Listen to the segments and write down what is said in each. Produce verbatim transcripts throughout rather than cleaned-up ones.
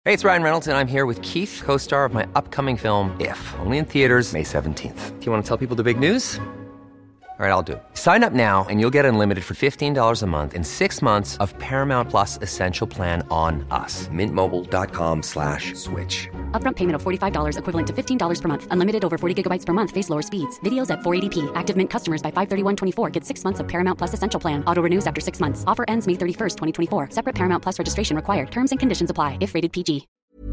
Hey, it's Ryan Reynolds, and I'm here with Keith, co-star of my upcoming film, If, only in theaters May seventeenth. Do you want to tell people the big news? All right, I'll do it. Sign up now and you'll get unlimited for fifteen dollars a month and six months of Paramount Plus Essential Plan on us. Mint Mobile dot com slash switch. Upfront payment of forty-five dollars equivalent to fifteen dollars per month. Unlimited over forty gigabytes per month. Face lower speeds. Videos at four eighty p. Active Mint customers by five thirty-one twenty-four get six months of Paramount Plus Essential Plan. Auto renews after six months. Offer ends May thirty-first, twenty twenty-four. Separate Paramount Plus registration required. Terms and conditions apply if rated P G.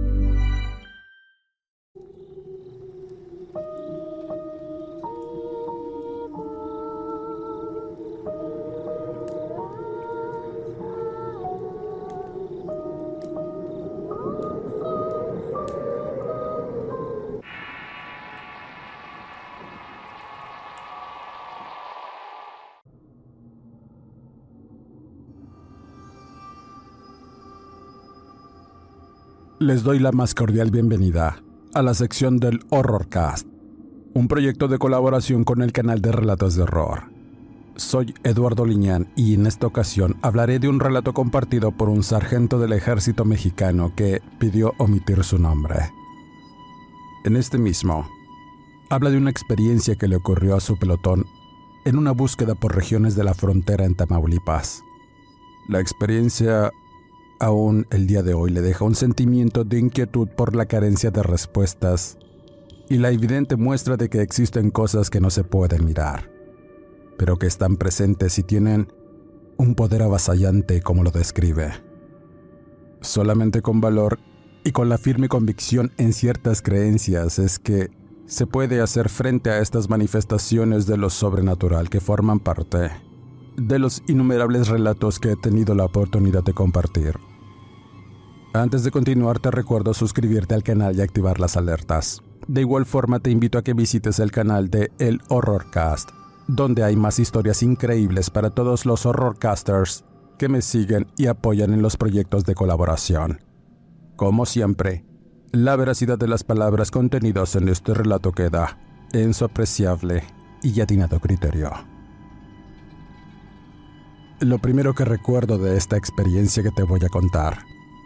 Les doy la más cordial bienvenida a la sección del Horrorcast, un proyecto de colaboración con el canal de Relatos de Horror. Soy Eduardo Liñán y en esta ocasión hablaré de un relato compartido por un sargento del ejército mexicano que pidió omitir su nombre. En este mismo, habla de una experiencia que le ocurrió a su pelotón en una búsqueda por regiones de la frontera en Tamaulipas. La experiencia aún el día de hoy le deja un sentimiento de inquietud por la carencia de respuestas y la evidente muestra de que existen cosas que no se pueden mirar, pero que están presentes y tienen un poder avasallante como lo describe. Solamente con valor y con la firme convicción en ciertas creencias es que se puede hacer frente a estas manifestaciones de lo sobrenatural que forman parte de los innumerables relatos que he tenido la oportunidad de compartir. Antes de continuar, te recuerdo suscribirte al canal y activar las alertas. De igual forma, te invito a que visites el canal de El Horrorcast, donde hay más historias increíbles para todos los horrorcasters que me siguen y apoyan en los proyectos de colaboración. Como siempre, la veracidad de las palabras contenidas en este relato queda en su apreciable y atinado criterio. Lo primero que recuerdo de esta experiencia que te voy a contar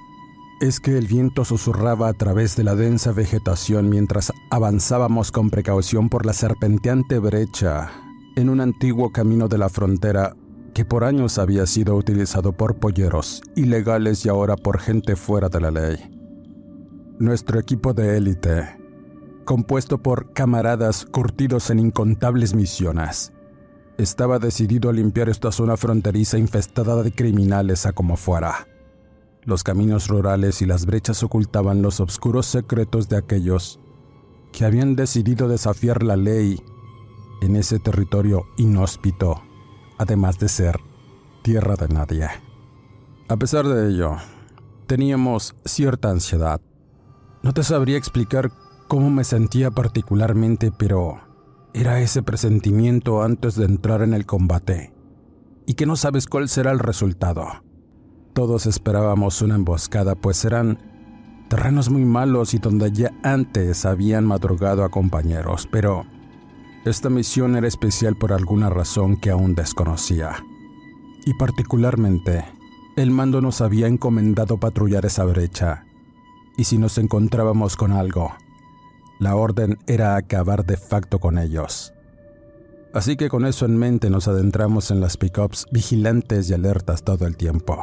es que el viento susurraba a través de la densa vegetación mientras avanzábamos con precaución por la serpenteante brecha en un antiguo camino de la frontera que por años había sido utilizado por polleros ilegales y ahora por gente fuera de la ley. Nuestro equipo de élite, compuesto por camaradas curtidos en incontables misiones, estaba decidido a limpiar esta zona fronteriza infestada de criminales a como fuera. Los caminos rurales y las brechas ocultaban los oscuros secretos de aquellos que habían decidido desafiar la ley en ese territorio inhóspito, además de ser tierra de nadie. A pesar de ello, teníamos cierta ansiedad. No te sabría explicar cómo me sentía particularmente, pero era ese presentimiento antes de entrar en el combate, y que no sabes cuál será el resultado. Todos esperábamos una emboscada, pues eran terrenos muy malos y donde ya antes habían madrugado a compañeros, pero esta misión era especial por alguna razón que aún desconocía. Y particularmente, el mando nos había encomendado patrullar esa brecha, y si nos encontrábamos con algo, la orden era acabar de facto con ellos. Así que con eso en mente nos adentramos en las pick-ups vigilantes y alertas todo el tiempo.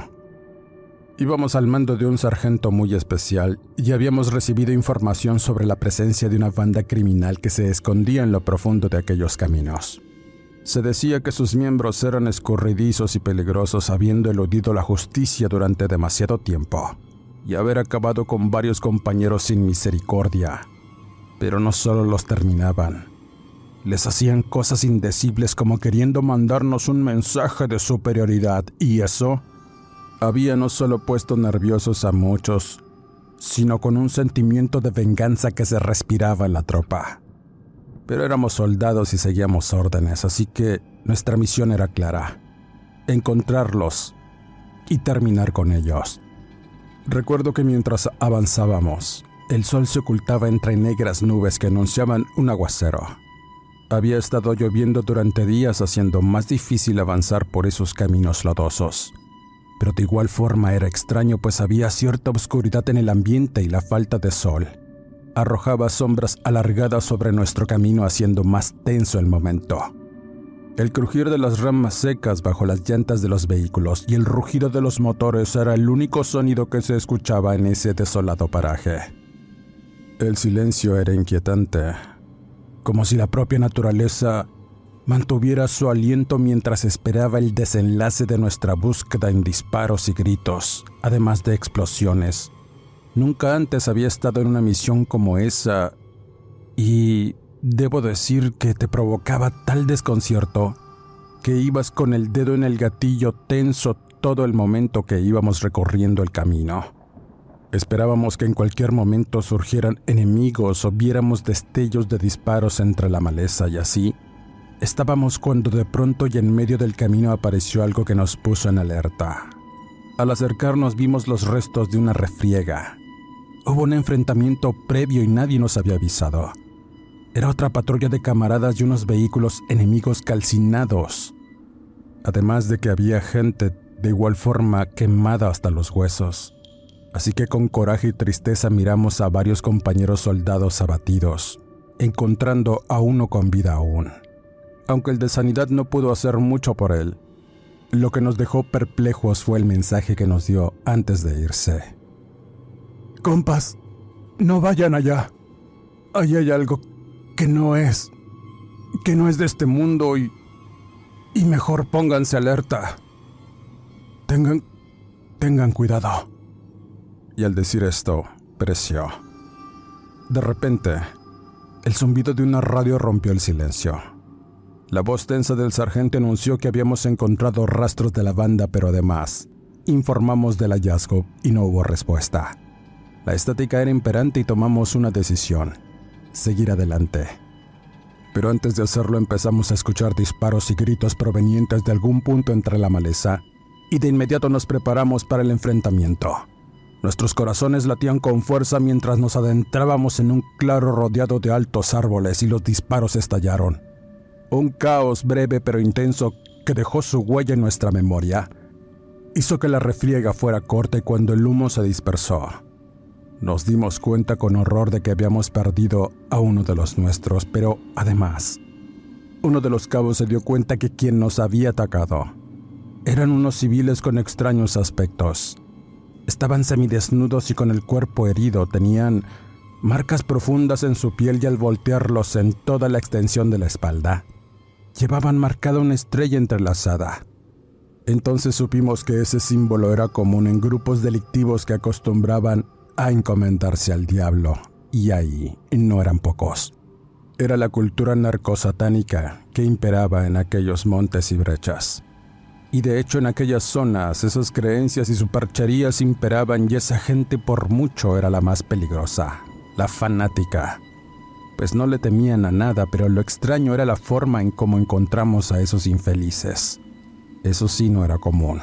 Íbamos al mando de un sargento muy especial y habíamos recibido información sobre la presencia de una banda criminal que se escondía en lo profundo de aquellos caminos. Se decía que sus miembros eran escurridizos y peligrosos, habiendo eludido la justicia durante demasiado tiempo y haber acabado con varios compañeros sin misericordia. Pero no solo los terminaban, les hacían cosas indecibles como queriendo mandarnos un mensaje de superioridad, y eso había no solo puesto nerviosos a muchos, sino con un sentimiento de venganza que se respiraba en la tropa. Pero éramos soldados y seguíamos órdenes, así que nuestra misión era clara: encontrarlos y terminar con ellos. Recuerdo que mientras avanzábamos, el sol se ocultaba entre negras nubes que anunciaban un aguacero. Había estado lloviendo durante días, haciendo más difícil avanzar por esos caminos lodosos. pero de igual forma era extraño, pues había cierta oscuridad en el ambiente y la falta de sol arrojaba sombras alargadas sobre nuestro camino, haciendo más tenso el momento. El crujir de las ramas secas bajo las llantas de los vehículos y el rugido de los motores era el único sonido que se escuchaba en ese desolado paraje. El silencio era inquietante, como si la propia naturaleza mantuviera su aliento mientras esperaba el desenlace de nuestra búsqueda en disparos y gritos, además de explosiones. Nunca antes había estado en una misión como esa y debo decir que te provocaba tal desconcierto que ibas con el dedo en el gatillo tenso todo el momento que íbamos recorriendo el camino. Esperábamos que en cualquier momento surgieran enemigos o viéramos destellos de disparos entre la maleza y así estábamos cuando de pronto y en medio del camino apareció algo que nos puso en alerta. Al acercarnos vimos los restos de una refriega. Hubo un enfrentamiento previo y nadie nos había avisado. Era otra patrulla de camaradas y unos vehículos enemigos calcinados. Además de que había gente de igual forma quemada hasta los huesos. Así que con coraje y tristeza miramos a varios compañeros soldados abatidos, encontrando a uno con vida aún. Aunque el de sanidad no pudo hacer mucho por él, lo que nos dejó perplejos fue el mensaje que nos dio antes de irse. Compas, no vayan allá. Ahí hay algo que no es, que no es de este mundo y, y mejor pónganse alerta. Tengan, tengan cuidado. Y al decir esto, pereció. De repente, el zumbido de una radio rompió el silencio. La voz tensa del sargento anunció que habíamos encontrado rastros de la banda, pero además, informamos del hallazgo y no hubo respuesta. La estática era imperante y tomamos una decisión: seguir adelante. Pero antes de hacerlo empezamos a escuchar disparos y gritos provenientes de algún punto entre la maleza, y de inmediato nos preparamos para el enfrentamiento. Nuestros corazones latían con fuerza mientras nos adentrábamos en un claro rodeado de altos árboles y los disparos estallaron. Un caos breve pero intenso que dejó su huella en nuestra memoria hizo que la refriega fuera corta y cuando el humo se dispersó, nos dimos cuenta con horror de que habíamos perdido a uno de los nuestros, pero además, uno de los cabos se dio cuenta que quien nos había atacado eran unos civiles con extraños aspectos. Estaban semidesnudos y con el cuerpo herido, tenían marcas profundas en su piel y al voltearlos en toda la extensión de la espalda, llevaban marcada una estrella entrelazada. Entonces supimos que ese símbolo era común en grupos delictivos que acostumbraban a encomendarse al diablo, y ahí no eran pocos. Era la cultura narcosatánica que imperaba en aquellos montes y brechas. Y de hecho en aquellas zonas esas creencias y supercherías imperaban y esa gente por mucho era la más peligrosa, la fanática. Pues no le temían a nada, pero lo extraño era la forma en cómo encontramos a esos infelices. Eso sí no era común.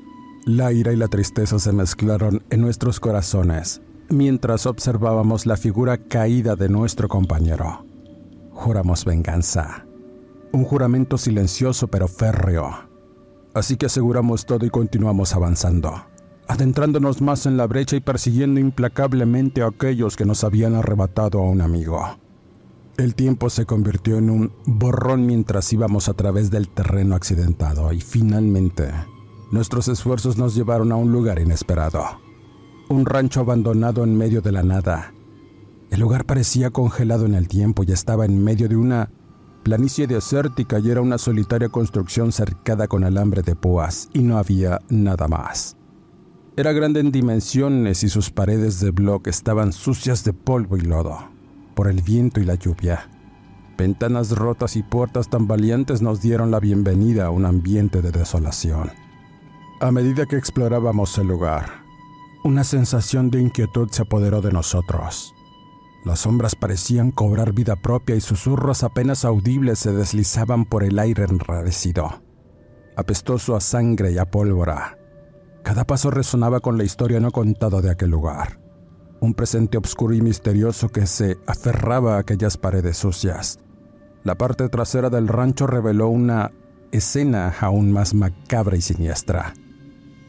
La ira y la tristeza se mezclaron en nuestros corazones mientras observábamos la figura caída de nuestro compañero. Juramos venganza. Un juramento silencioso pero férreo. Así que aseguramos todo y continuamos avanzando, adentrándonos más en la brecha y persiguiendo implacablemente a aquellos que nos habían arrebatado a un amigo. El tiempo se convirtió en un borrón mientras íbamos a través del terreno accidentado y finalmente nuestros esfuerzos nos llevaron a un lugar inesperado. Un rancho abandonado en medio de la nada. El lugar parecía congelado en el tiempo y estaba en medio de una planicie desértica y era una solitaria construcción cercada con alambre de púas y no había nada más. Era grande en dimensiones y sus paredes de bloque estaban sucias de polvo y lodo por el viento y la lluvia. Ventanas rotas y puertas tambaleantes nos dieron la bienvenida a un ambiente de desolación. A medida que explorábamos el lugar, una sensación de inquietud se apoderó de nosotros. Las sombras parecían cobrar vida propia y susurros apenas audibles se deslizaban por el aire enrarecido, apestoso a sangre y a pólvora. Cada paso resonaba con la historia no contada de aquel lugar. Un presente oscuro y misterioso que se aferraba a aquellas paredes sucias. La parte trasera del rancho reveló una escena aún más macabra y siniestra.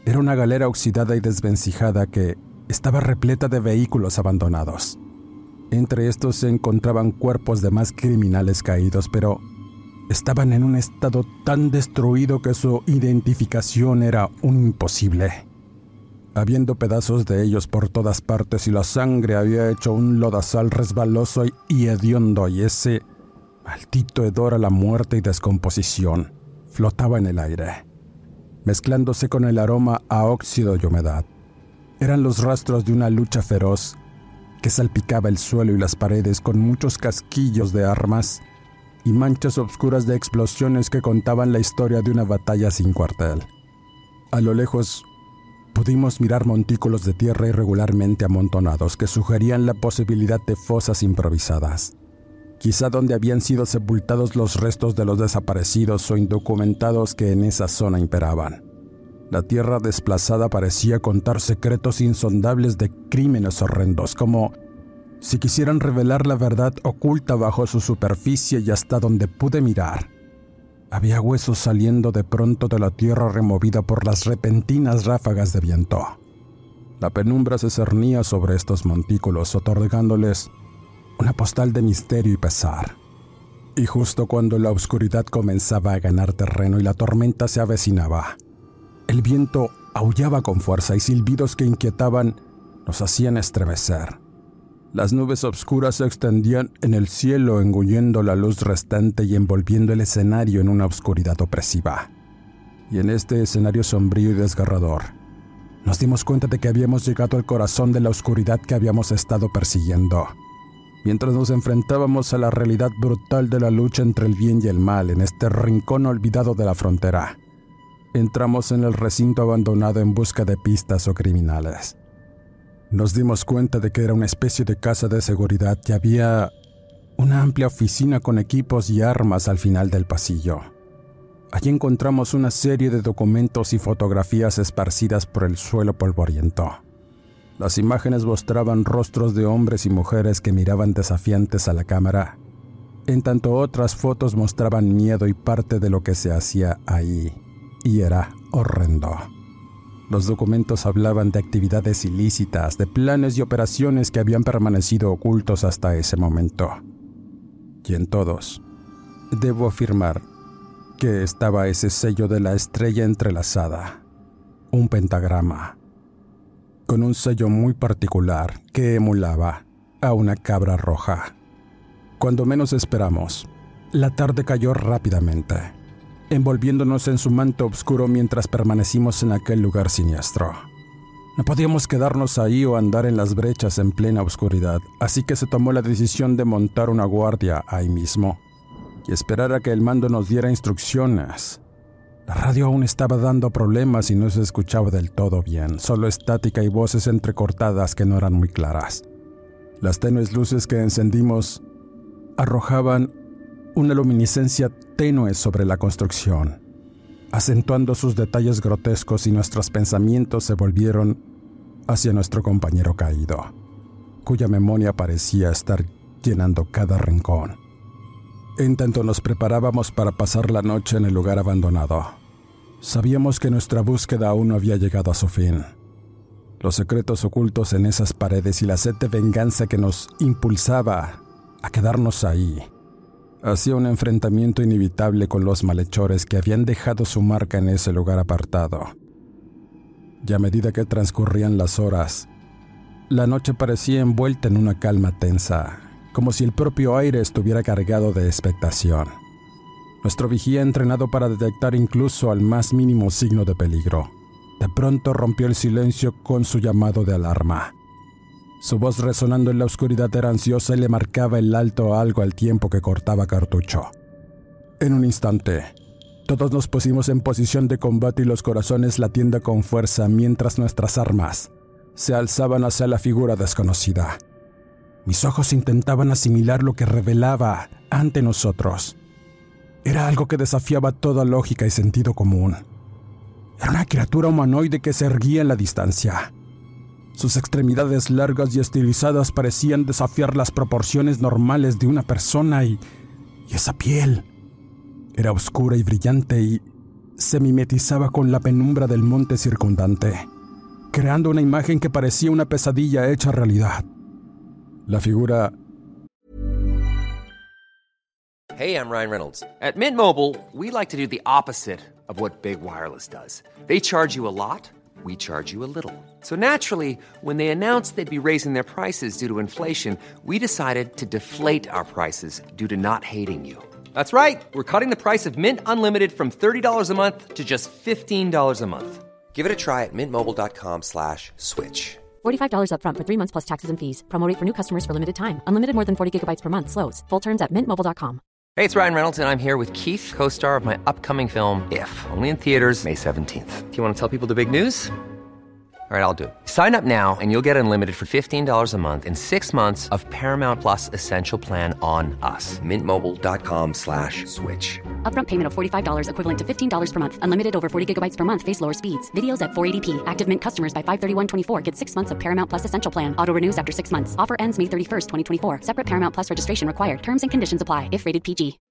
Era una galera oxidada y desvencijada que estaba repleta de vehículos abandonados. Entre estos se encontraban cuerpos de más criminales caídos, pero estaban en un estado tan destruido que su identificación era un imposible. Habiendo pedazos de ellos por todas partes y la sangre había hecho un lodazal resbaloso y hediondo, y ese maldito hedor a la muerte y descomposición flotaba en el aire, mezclándose con el aroma a óxido y humedad. Eran los rastros de una lucha feroz que salpicaba el suelo y las paredes con muchos casquillos de armas y manchas oscuras de explosiones que contaban la historia de una batalla sin cuartel. A lo lejos pudimos mirar montículos de tierra irregularmente amontonados que sugerían la posibilidad de fosas improvisadas, quizá donde habían sido sepultados los restos de los desaparecidos o indocumentados que en esa zona imperaban. La tierra desplazada parecía contar secretos insondables de crímenes horrendos, como si quisieran revelar la verdad oculta bajo su superficie, y hasta donde pude mirar, había huesos saliendo de pronto de la tierra removida por las repentinas ráfagas de viento. La penumbra se cernía sobre estos montículos, otorgándoles una postal de misterio y pesar. Y justo cuando la oscuridad comenzaba a ganar terreno y la tormenta se avecinaba, el viento aullaba con fuerza y silbidos que inquietaban nos hacían estremecer. Las nubes oscuras se extendían en el cielo, engullendo la luz restante y envolviendo el escenario en una oscuridad opresiva. Y en este escenario sombrío y desgarrador, nos dimos cuenta de que habíamos llegado al corazón de la oscuridad que habíamos estado persiguiendo. Mientras nos enfrentábamos a la realidad brutal de la lucha entre el bien y el mal en este rincón olvidado de la frontera, entramos en el recinto abandonado en busca de pistas o criminales. Nos dimos cuenta de que era una especie de casa de seguridad y había una amplia oficina con equipos y armas al final del pasillo. Allí encontramos una serie de documentos y fotografías esparcidas por el suelo polvoriento. Las imágenes mostraban rostros de hombres y mujeres que miraban desafiantes a la cámara, en tanto otras fotos mostraban miedo y parte de lo que se hacía ahí, y era horrendo. Los documentos hablaban de actividades ilícitas, de planes y operaciones que habían permanecido ocultos hasta ese momento. Y en todos, debo afirmar que estaba ese sello de la estrella entrelazada, un pentagrama, con un sello muy particular que emulaba a una cabra roja. Cuando menos esperamos, la tarde cayó rápidamente, envolviéndonos en su manto oscuro mientras permanecimos en aquel lugar siniestro. No podíamos quedarnos ahí o andar en las brechas en plena oscuridad, así que se tomó la decisión de montar una guardia ahí mismo y esperar a que el mando nos diera instrucciones. La radio aún estaba dando problemas y no se escuchaba del todo bien, solo estática y voces entrecortadas que no eran muy claras. Las tenues luces que encendimos arrojaban una luminiscencia tenue sobre la construcción, acentuando sus detalles grotescos, y nuestros pensamientos se volvieron hacia nuestro compañero caído, cuya memoria parecía estar llenando cada rincón. En tanto nos preparábamos para pasar la noche en el lugar abandonado, sabíamos que nuestra búsqueda aún no había llegado a su fin. Los secretos ocultos en esas paredes y la sed de venganza que nos impulsaba a quedarnos ahí hacía un enfrentamiento inevitable con los malhechores que habían dejado su marca en ese lugar apartado. Y a medida que transcurrían las horas, la noche parecía envuelta en una calma tensa, como si el propio aire estuviera cargado de expectación. Nuestro vigía, entrenado para detectar incluso al más mínimo signo de peligro, de pronto rompió el silencio con su llamado de alarma. Su voz, resonando en la oscuridad, era ansiosa y le marcaba el alto a algo al tiempo que cortaba cartucho. En un instante, todos nos pusimos en posición de combate y los corazones latiendo con fuerza mientras nuestras armas se alzaban hacia la figura desconocida. Mis ojos intentaban asimilar lo que revelaba ante nosotros. Era algo que desafiaba toda lógica y sentido común. Era una criatura humanoide que se erguía en la distancia. Sus extremidades largas y estilizadas parecían desafiar las proporciones normales de una persona y, y esa piel era oscura y brillante y se mimetizaba con la penumbra del monte circundante, creando una imagen que parecía una pesadilla hecha realidad. La figura... Hey, I'm Ryan Reynolds. At Mint Mobile, we like to do the opposite of what Big Wireless does. They charge you a lot, we charge you a little. So naturally, when they announced they'd be raising their prices due to inflation, we decided to deflate our prices due to not hating you. That's right. We're cutting the price of Mint Unlimited from thirty dollars a month to just fifteen dollars a month. Give it a try at mintmobile.com slash switch. forty-five dollars up front for three months plus taxes and fees. Promo rate for new customers for limited time. Unlimited more than forty gigabytes per month slows. Full terms at mint mobile dot com. Hey, it's Ryan Reynolds, and I'm here with Keith, co-star of my upcoming film, If, only in theaters May seventeenth. Do you want to tell people the big news? All right, I'll do it. Sign up now and you'll get unlimited for fifteen dollars a month and six months of Paramount Plus Essential Plan on us. Mintmobile.com slash switch. Upfront payment of forty-five dollars equivalent to fifteen dollars per month. Unlimited over forty gigabytes per month. Face lower speeds. Videos at four eighty p. Active Mint customers by five thirty-one twenty-four get six months of Paramount Plus Essential Plan. Auto renews after six months. Offer ends May thirty-first, twenty twenty-four. Separate Paramount Plus registration required. Terms and conditions apply if rated P G.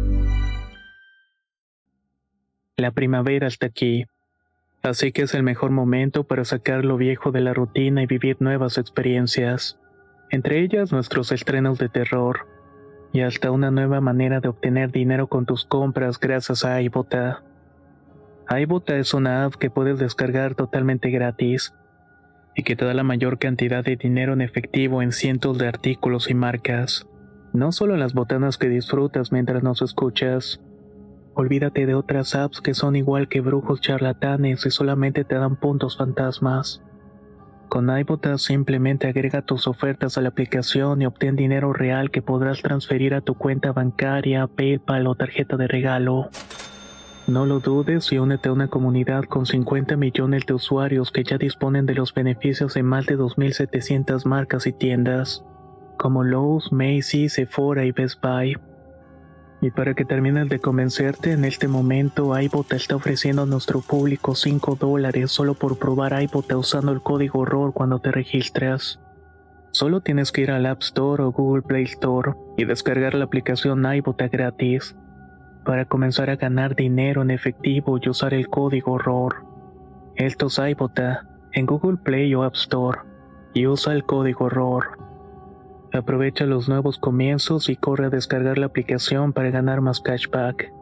La primavera está aquí. Así que es el mejor momento para sacar lo viejo de la rutina y vivir nuevas experiencias, entre ellas nuestros estrenos de terror, y hasta una nueva manera de obtener dinero con tus compras gracias a iBota. iBota es una app que puedes descargar totalmente gratis, y que te da la mayor cantidad de dinero en efectivo en cientos de artículos y marcas, no solo las botanas que disfrutas mientras nos escuchas. Olvídate de otras apps que son igual que brujos charlatanes y solamente te dan puntos fantasmas. Con iBota simplemente agrega tus ofertas a la aplicación y obtén dinero real que podrás transferir a tu cuenta bancaria, PayPal o tarjeta de regalo. No lo dudes y únete a una comunidad con cincuenta millones de usuarios que ya disponen de los beneficios de más de dos mil setecientas marcas y tiendas, como Lowe's, Macy's, Sephora y Best Buy. Y para que termines de convencerte, en este momento iBota está ofreciendo a nuestro público cinco dólares solo por probar iBota usando el código horror cuando te registras. Solo tienes que ir al App Store o Google Play Store y descargar la aplicación iBota gratis para comenzar a ganar dinero en efectivo y usar el código horror. Esto es iBota en Google Play o App Store y usa el código horror. Aprovecha los nuevos comienzos y corre a descargar la aplicación para ganar más cashback.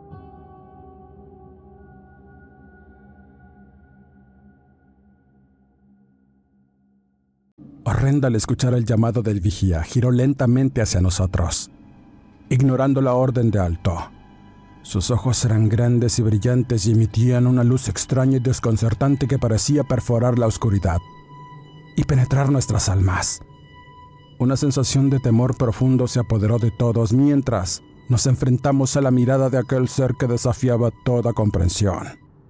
Horrenda al escuchar el llamado del vigía, giró lentamente hacia nosotros, ignorando la orden de alto. Sus ojos eran grandes y brillantes y emitían una luz extraña y desconcertante que parecía perforar la oscuridad y penetrar nuestras almas. Una sensación de temor profundo se apoderó de todos mientras nos enfrentamos a la mirada de aquel ser que desafiaba toda comprensión.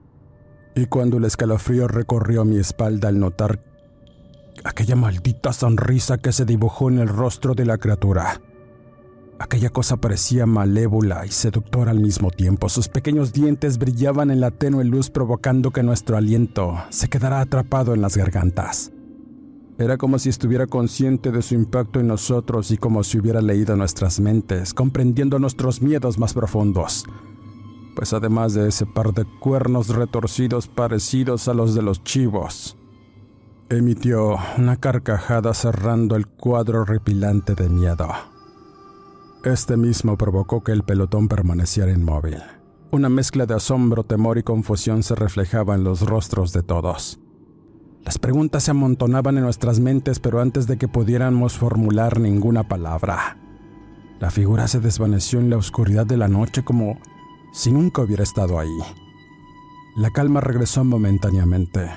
Y cuando el escalofrío recorrió mi espalda al notar aquella maldita sonrisa que se dibujó en el rostro de la criatura. Aquella cosa parecía malévola y seductora al mismo tiempo. Sus pequeños dientes brillaban en la tenue luz provocando que nuestro aliento se quedara atrapado en las gargantas. Era como si estuviera consciente de su impacto en nosotros y como si hubiera leído nuestras mentes, comprendiendo nuestros miedos más profundos. Pues además de ese par de cuernos retorcidos parecidos a los de los chivos, emitió una carcajada cerrando el cuadro horripilante de miedo. Este mismo provocó que el pelotón permaneciera inmóvil. Una mezcla de asombro, temor y confusión se reflejaba en los rostros de todos. Las preguntas se amontonaban en nuestras mentes, pero antes de que pudiéramos formular ninguna palabra, la figura se desvaneció en la oscuridad de la noche como si nunca hubiera estado ahí. La calma regresó momentáneamente.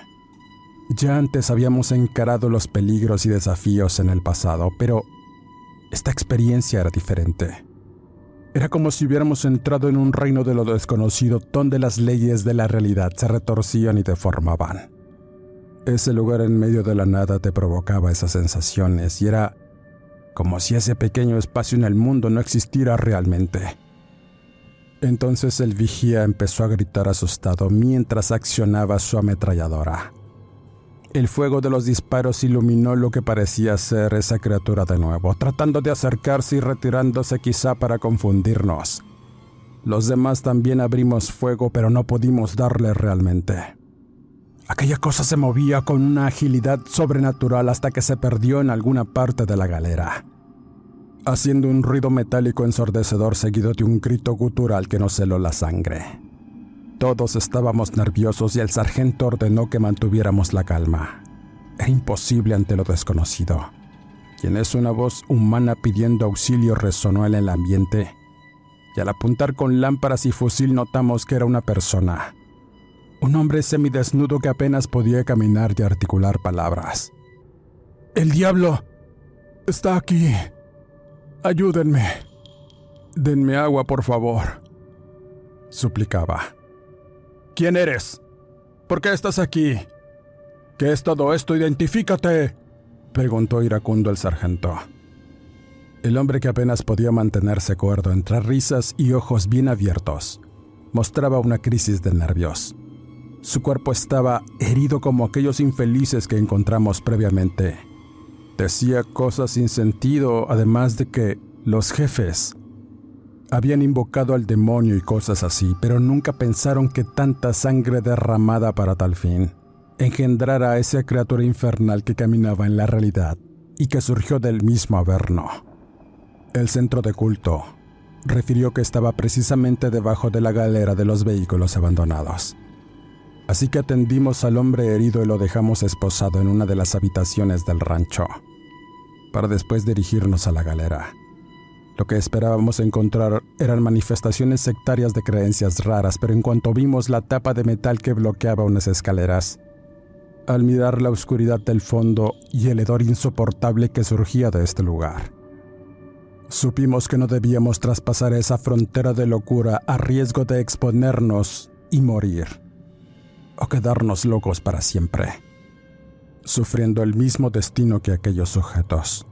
Ya antes habíamos encarado los peligros y desafíos en el pasado, pero esta experiencia era diferente. Era como si hubiéramos entrado en un reino de lo desconocido donde las leyes de la realidad se retorcían y deformaban. Ese lugar en medio de la nada te provocaba esas sensaciones y era como si ese pequeño espacio en el mundo no existiera realmente. Entonces el vigía empezó a gritar asustado mientras accionaba su ametralladora. El fuego de los disparos iluminó lo que parecía ser esa criatura de nuevo, tratando de acercarse y retirándose quizá para confundirnos. Los demás también abrimos fuego, pero no pudimos darle realmente. Aquella cosa se movía con una agilidad sobrenatural hasta que se perdió en alguna parte de la galera, haciendo un ruido metálico ensordecedor seguido de un grito gutural que nos heló la sangre. Todos estábamos nerviosos y el sargento ordenó que mantuviéramos la calma. Era imposible ante lo desconocido. Y en eso una voz humana pidiendo auxilio resonó en el ambiente, y al apuntar con lámparas y fusil notamos que era una persona. Un hombre semidesnudo que apenas podía caminar y articular palabras. «¡El diablo está aquí! ¡Ayúdenme! Denme agua, por favor», suplicaba. «¿Quién eres? ¿Por qué estás aquí? ¿Qué es todo esto? ¡Identifícate!», preguntó iracundo el sargento. El hombre, que apenas podía mantenerse cuerdo entre risas y ojos bien abiertos, mostraba una crisis de nervios. Su cuerpo estaba herido como aquellos infelices que encontramos previamente. Decía cosas sin sentido, además de que los jefes habían invocado al demonio y cosas así, pero nunca pensaron que tanta sangre derramada para tal fin engendrara a esa criatura infernal que caminaba en la realidad y que surgió del mismo Averno. El centro de culto refirió que estaba precisamente debajo de la galera de los vehículos abandonados. Así que atendimos al hombre herido y lo dejamos esposado en una de las habitaciones del rancho, para después dirigirnos a la galera. Lo que esperábamos encontrar eran manifestaciones sectarias de creencias raras, pero en cuanto vimos la tapa de metal que bloqueaba unas escaleras, al mirar la oscuridad del fondo y el hedor insoportable que surgía de este lugar, supimos que no debíamos traspasar esa frontera de locura a riesgo de exponernos y morir, o quedarnos locos para siempre, sufriendo el mismo destino que aquellos sujetos.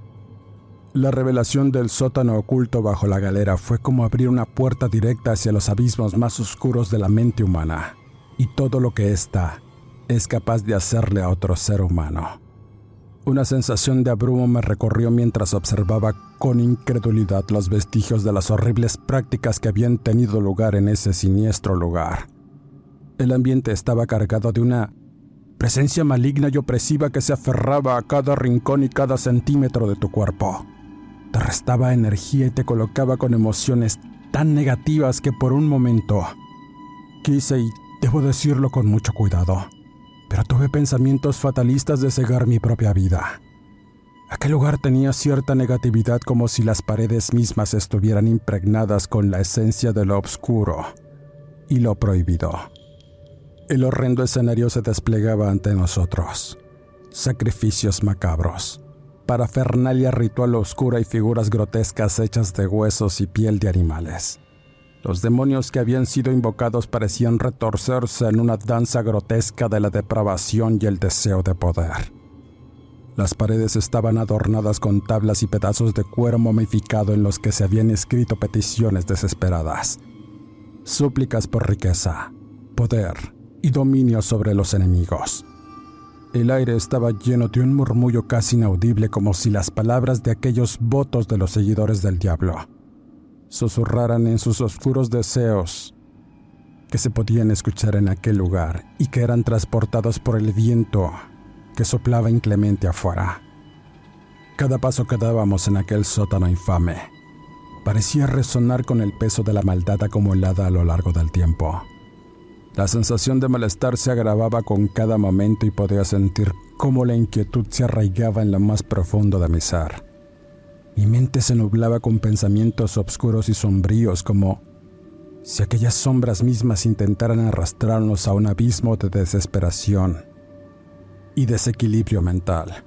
La revelación del sótano oculto bajo la galera fue como abrir una puerta directa hacia los abismos más oscuros de la mente humana y todo lo que ésta es capaz de hacerle a otro ser humano. Una sensación de abrumo me recorrió mientras observaba con incredulidad los vestigios de las horribles prácticas que habían tenido lugar en ese siniestro lugar. El ambiente estaba cargado de una presencia maligna y opresiva que se aferraba a cada rincón y cada centímetro de tu cuerpo. Te restaba energía y te colocaba con emociones tan negativas que por un momento quise, y debo decirlo con mucho cuidado, pero tuve pensamientos fatalistas de cegar mi propia vida. Aquel lugar tenía cierta negatividad, como si las paredes mismas estuvieran impregnadas con la esencia de lo oscuro y lo prohibido. El horrendo escenario se desplegaba ante nosotros. Sacrificios macabros, parafernalia ritual oscura y figuras grotescas hechas de huesos y piel de animales. Los demonios que habían sido invocados parecían retorcerse en una danza grotesca de la depravación y el deseo de poder. Las paredes estaban adornadas con tablas y pedazos de cuero momificado en los que se habían escrito peticiones desesperadas, súplicas por riqueza, poder y dominio sobre los enemigos. El aire estaba lleno de un murmullo casi inaudible, como si las palabras de aquellos votos de los seguidores del diablo susurraran en sus oscuros deseos que se podían escuchar en aquel lugar y que eran transportados por el viento que soplaba inclemente afuera. Cada paso que dábamos en aquel sótano infame parecía resonar con el peso de la maldad acumulada a lo largo del tiempo. La sensación de malestar se agravaba con cada momento y podía sentir cómo la inquietud se arraigaba en lo más profundo de mi ser. Mi mente se nublaba con pensamientos oscuros y sombríos, como si aquellas sombras mismas intentaran arrastrarnos a un abismo de desesperación y desequilibrio mental.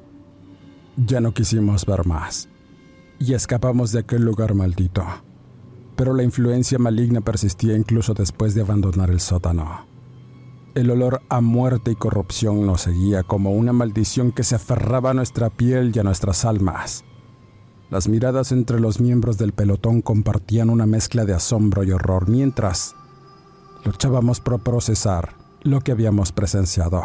Ya no quisimos ver más y escapamos de aquel lugar maldito, pero la influencia maligna persistía incluso después de abandonar el sótano. El olor a muerte y corrupción nos seguía como una maldición que se aferraba a nuestra piel y a nuestras almas. Las miradas entre los miembros del pelotón compartían una mezcla de asombro y horror mientras luchábamos por procesar lo que habíamos presenciado.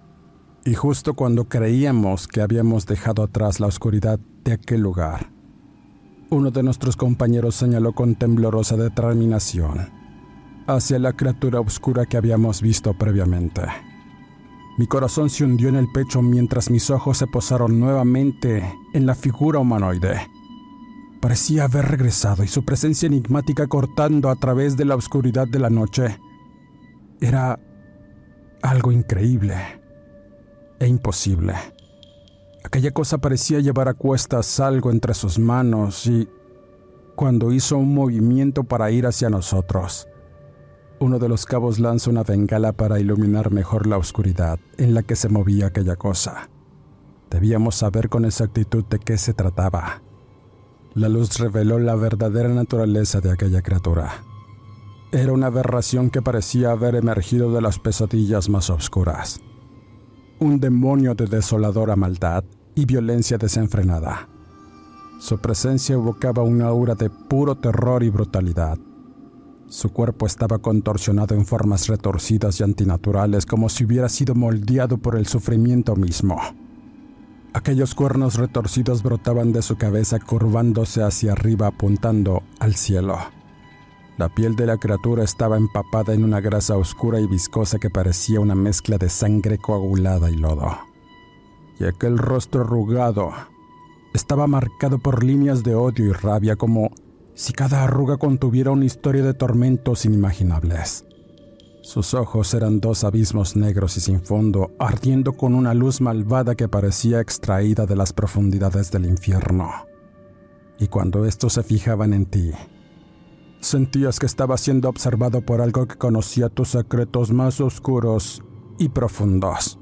Y justo cuando creíamos que habíamos dejado atrás la oscuridad de aquel lugar, uno de nuestros compañeros señaló con temblorosa determinación hacia la criatura oscura que habíamos visto previamente. Mi corazón se hundió en el pecho mientras mis ojos se posaron nuevamente en la figura humanoide. Parecía haber regresado y su presencia enigmática cortando a través de la oscuridad de la noche era algo increíble e imposible. Aquella cosa parecía llevar a cuestas algo entre sus manos y, cuando hizo un movimiento para ir hacia nosotros, uno de los cabos lanzó una bengala para iluminar mejor la oscuridad en la que se movía aquella cosa. Debíamos saber con exactitud de qué se trataba. La luz reveló la verdadera naturaleza de aquella criatura. Era una aberración que parecía haber emergido de las pesadillas más oscuras. Un demonio de desoladora maldad y violencia desenfrenada. Su presencia evocaba una aura de puro terror y brutalidad. Su cuerpo estaba contorsionado en formas retorcidas y antinaturales, como si hubiera sido moldeado por el sufrimiento mismo. Aquellos cuernos retorcidos brotaban de su cabeza, curvándose hacia arriba, apuntando al cielo. La piel de la criatura estaba empapada en una grasa oscura y viscosa que parecía una mezcla de sangre coagulada y lodo. Y aquel rostro arrugado estaba marcado por líneas de odio y rabia, como si cada arruga contuviera una historia de tormentos inimaginables. Sus ojos eran dos abismos negros y sin fondo, ardiendo con una luz malvada que parecía extraída de las profundidades del infierno. Y cuando estos se fijaban en ti, sentías que estabas siendo observado por algo que conocía tus secretos más oscuros y profundos.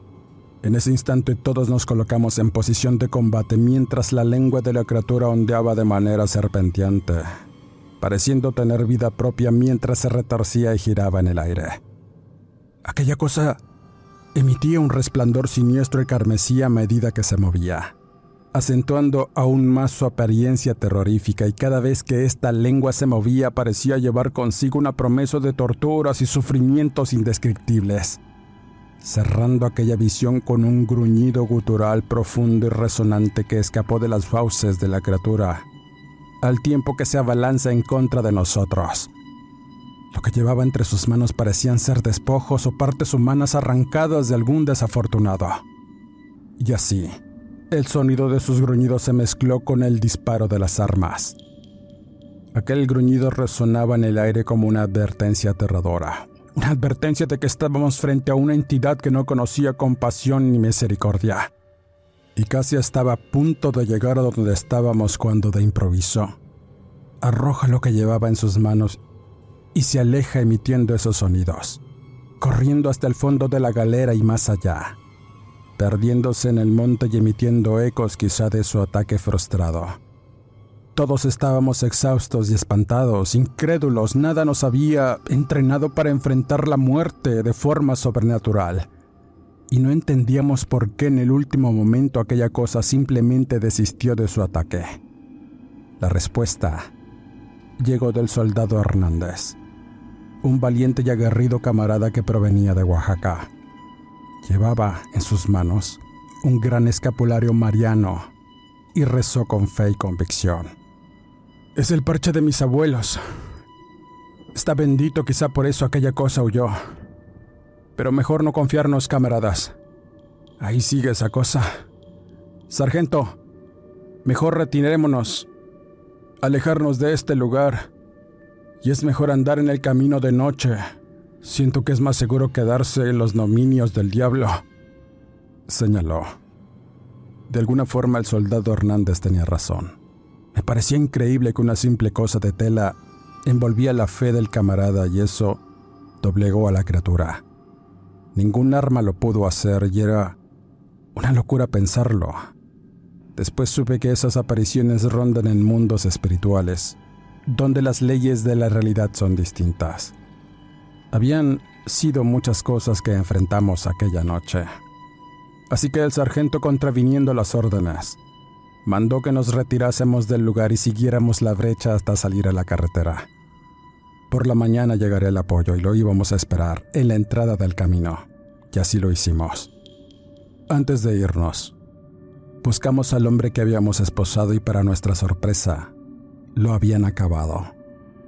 En ese instante todos nos colocamos en posición de combate mientras la lengua de la criatura ondeaba de manera serpenteante, pareciendo tener vida propia mientras se retorcía y giraba en el aire. Aquella cosa emitía un resplandor siniestro y carmesí a medida que se movía, acentuando aún más su apariencia terrorífica, y cada vez que esta lengua se movía parecía llevar consigo una promesa de torturas y sufrimientos indescriptibles, cerrando aquella visión con un gruñido gutural profundo y resonante que escapó de las fauces de la criatura, al tiempo que se abalanza en contra de nosotros. Lo que llevaba entre sus manos parecían ser despojos o partes humanas arrancadas de algún desafortunado. Y así, el sonido de sus gruñidos se mezcló con el disparo de las armas. Aquel gruñido resonaba en el aire como una advertencia aterradora. Una advertencia de que estábamos frente a una entidad que no conocía compasión ni misericordia. Y casi estaba a punto de llegar a donde estábamos cuando de improviso arroja lo que llevaba en sus manos y se aleja emitiendo esos sonidos, corriendo hasta el fondo de la galera y más allá, perdiéndose en el monte y emitiendo ecos quizá de su ataque frustrado. Todos estábamos exhaustos y espantados, incrédulos. Nada nos había entrenado para enfrentar la muerte de forma sobrenatural. Y no entendíamos por qué en el último momento aquella cosa simplemente desistió de su ataque. La respuesta llegó del soldado Hernández, un valiente y aguerrido camarada que provenía de Oaxaca. Llevaba en sus manos un gran escapulario mariano y rezó con fe y convicción. Es el parche de mis abuelos. Está bendito, quizá por eso aquella cosa huyó. Pero mejor no confiarnos, camaradas. Ahí sigue esa cosa. Sargento, mejor retirémonos, alejarnos de este lugar. Y es mejor andar en el camino de noche. Siento que es más seguro quedarse en los dominios del diablo, señaló. De alguna forma el soldado Hernández tenía razón. Me parecía increíble que una simple cosa de tela envolvía la fe del camarada y eso doblegó a la criatura. Ningún arma lo pudo hacer y era una locura pensarlo. Después supe que esas apariciones rondan en mundos espirituales, donde las leyes de la realidad son distintas. Habían sido muchas cosas que enfrentamos aquella noche. Así que el sargento, contraviniendo las órdenes, mandó que nos retirásemos del lugar y siguiéramos la brecha hasta salir a la carretera. Por la mañana llegaría el apoyo y lo íbamos a esperar en la entrada del camino, y así lo hicimos. Antes de irnos, buscamos al hombre que habíamos esposado y para nuestra sorpresa, lo habían acabado.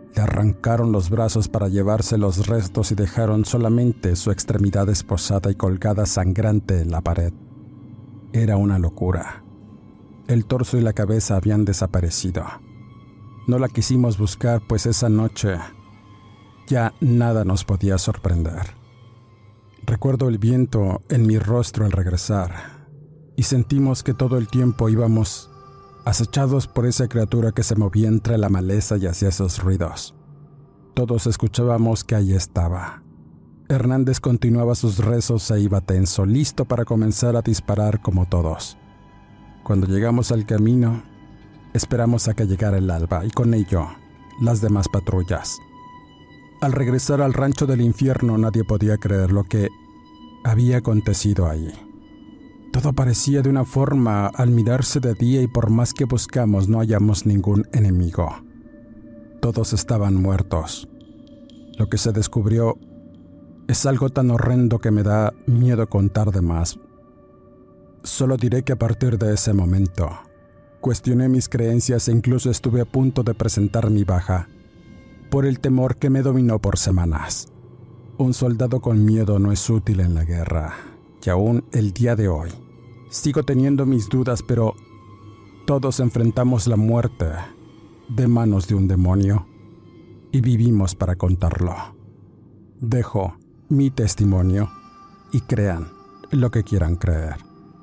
Le arrancaron los brazos para llevarse los restos y dejaron solamente su extremidad esposada y colgada sangrante en la pared. Era una locura. El torso y la cabeza habían desaparecido. No la quisimos buscar, pues esa noche ya nada nos podía sorprender. Recuerdo el viento en mi rostro al regresar y sentimos que todo el tiempo íbamos acechados por esa criatura que se movía entre la maleza y hacía esos ruidos. Todos escuchábamos que ahí estaba. Hernández continuaba sus rezos e iba tenso, listo para comenzar a disparar como todos. Cuando llegamos al camino, esperamos a que llegara el alba y con ello las demás patrullas. Al regresar al rancho del infierno nadie podía creer lo que había acontecido ahí. Todo parecía de una forma al mirarse de día y por más que buscamos no hallamos ningún enemigo. Todos estaban muertos. Lo que se descubrió es algo tan horrendo que me da miedo contar de más. Solo diré que a partir de ese momento, cuestioné mis creencias e incluso estuve a punto de presentar mi baja, por el temor que me dominó por semanas. Un soldado con miedo no es útil en la guerra, y aún el día de hoy, sigo teniendo mis dudas, pero todos enfrentamos la muerte de manos de un demonio y vivimos para contarlo. Dejo mi testimonio y crean lo que quieran creer.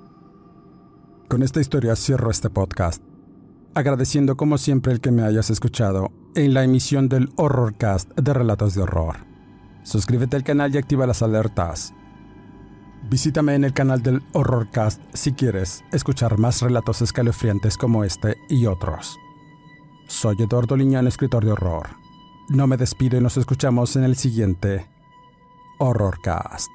Con esta historia cierro este podcast, agradeciendo como siempre el que me hayas escuchado en la emisión del Horrorcast de Relatos de Horror. Suscríbete al canal y activa las alertas. Visítame en el canal del Horrorcast si quieres escuchar más relatos escalofriantes como este y otros. Soy Eduardo Liñán, escritor de horror. No me despido y nos escuchamos en el siguiente Horrorcast.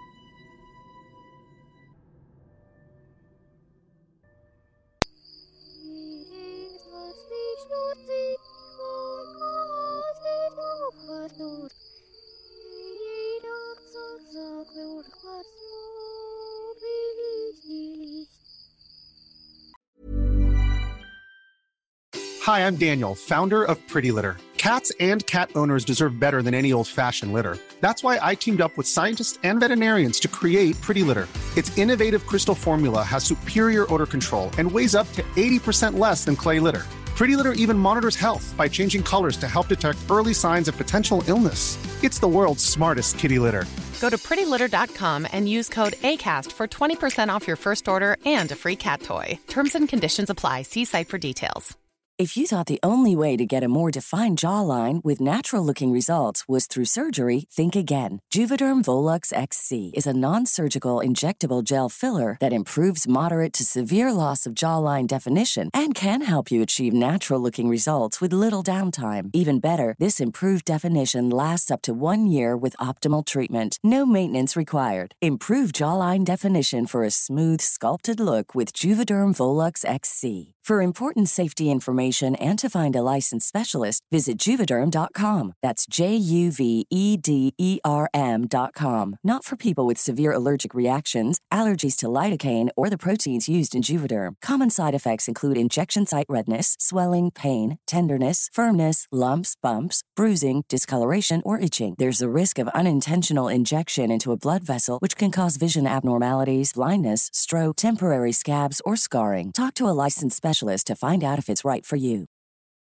Hi, I'm Daniel, founder of Pretty Litter. Cats and cat owners deserve better than any old-fashioned litter. That's why I teamed up with scientists and veterinarians to create Pretty Litter. Its innovative crystal formula has superior odor control and weighs up to eighty percent less than clay litter. Pretty Litter even monitors health by changing colors to help detect early signs of potential illness. It's the world's smartest kitty litter. Go to pretty litter dot com and use code ACAST for twenty percent off your first order and a free cat toy. Terms and conditions apply. See site for details. If you thought the only way to get a more defined jawline with natural-looking results was through surgery, think again. Juvederm Volux X C is a non-surgical injectable gel filler that improves moderate to severe loss of jawline definition and can help you achieve natural-looking results with little downtime. Even better, this improved definition lasts up to one year with optimal treatment. No maintenance required. Improve jawline definition for a smooth, sculpted look with Juvederm Volux X C. For important safety information and to find a licensed specialist, visit Juvederm dot com. That's J U V E D E R M dot com. Not for people with severe allergic reactions, allergies to lidocaine, or the proteins used in Juvederm. Common side effects include injection site redness, swelling, pain, tenderness, firmness, lumps, bumps, bruising, discoloration, or itching. There's a risk of unintentional injection into a blood vessel, which can cause vision abnormalities, blindness, stroke, temporary scabs, or scarring. Talk to a licensed specialist to find out if it's right for you.